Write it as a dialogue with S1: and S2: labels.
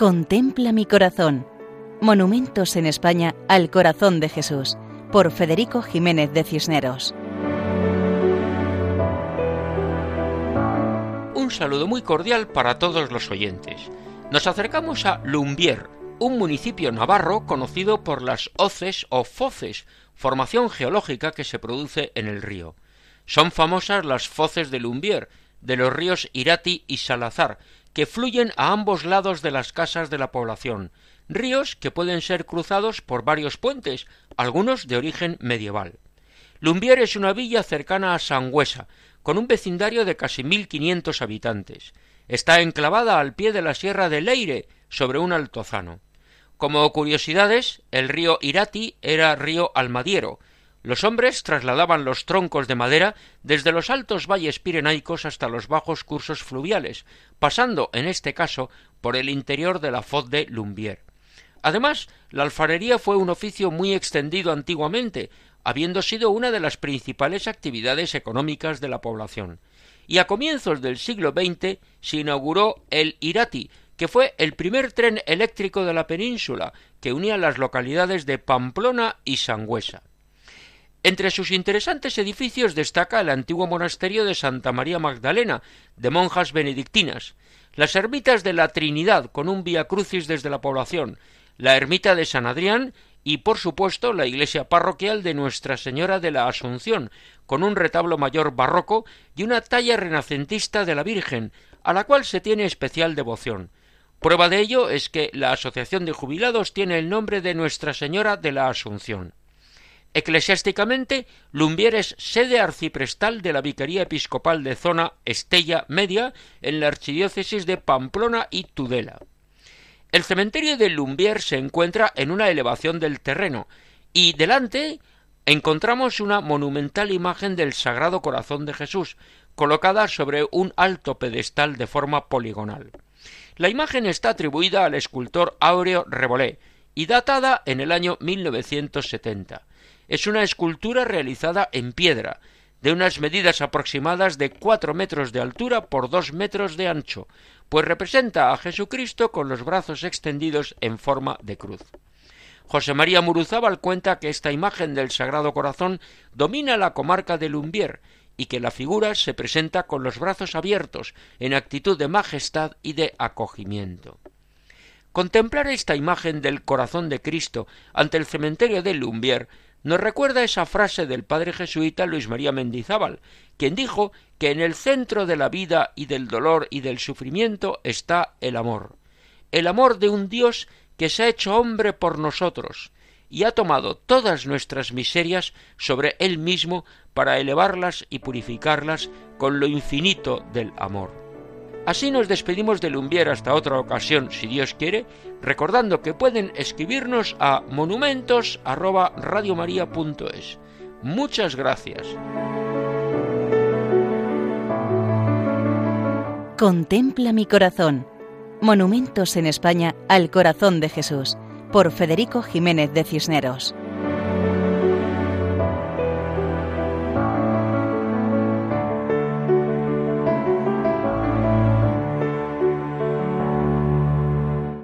S1: Contempla mi corazón. Monumentos en España al corazón de Jesús, por Federico Jiménez de Cisneros.
S2: Un saludo muy cordial para todos los oyentes. Nos acercamos a Lumbier, un municipio navarro conocido por las hoces o foces, formación geológica que se produce en el río. Son famosas las foces de Lumbier, de los ríos Irati y Salazar, que fluyen a ambos lados de las casas de la población, ríos que pueden ser cruzados por varios puentes, algunos de origen medieval. Lumbier es una villa cercana a Sangüesa, con un vecindario de casi 1.500 habitantes. Está enclavada al pie de la sierra de Leire, sobre un altozano. Como curiosidades, el río Irati era río Almadiero. Los hombres trasladaban los troncos de madera desde los altos valles pirenaicos hasta los bajos cursos fluviales, pasando, en este caso, por el interior de la foz de Lumbier. Además, la alfarería fue un oficio muy extendido antiguamente, habiendo sido una de las principales actividades económicas de la población. Y a comienzos del siglo XX se inauguró el Irati, que fue el primer tren eléctrico de la península, que unía las localidades de Pamplona y Sangüesa. Entre sus interesantes edificios destaca el antiguo monasterio de Santa María Magdalena, de monjas benedictinas, las ermitas de la Trinidad, con un Vía Crucis desde la población, la ermita de San Adrián y, por supuesto, la iglesia parroquial de Nuestra Señora de la Asunción, con un retablo mayor barroco y una talla renacentista de la Virgen, a la cual se tiene especial devoción. Prueba de ello es que la Asociación de Jubilados tiene el nombre de Nuestra Señora de la Asunción. Eclesiásticamente, Lumbier es sede arciprestal de la Vicaría Episcopal de Zona Estella Media en la archidiócesis de Pamplona y Tudela. El cementerio de Lumbier se encuentra en una elevación del terreno y delante encontramos una monumental imagen del Sagrado Corazón de Jesús, colocada sobre un alto pedestal de forma poligonal. La imagen está atribuida al escultor Áureo Rebolé y datada en el año 1970. Es una escultura realizada en piedra, de unas medidas aproximadas de 4 metros de altura por 2 metros de ancho, pues representa a Jesucristo con los brazos extendidos en forma de cruz. José María Muruzábal cuenta que esta imagen del Sagrado Corazón domina la comarca de Lumbier y que la figura se presenta con los brazos abiertos, en actitud de majestad y de acogimiento. Contemplar esta imagen del Corazón de Cristo ante el cementerio de Lumbier nos recuerda esa frase del padre jesuita Luis María Mendizábal, quien dijo que en el centro de la vida y del dolor y del sufrimiento está el amor de un Dios que se ha hecho hombre por nosotros y ha tomado todas nuestras miserias sobre él mismo para elevarlas y purificarlas con lo infinito del amor. Así nos despedimos de Lumbier hasta otra ocasión, si Dios quiere, recordando que pueden escribirnos a monumentos@radiomaria.es. Muchas gracias.
S1: Contempla mi corazón. Monumentos en España al corazón de Jesús, por Federico Jiménez de Cisneros.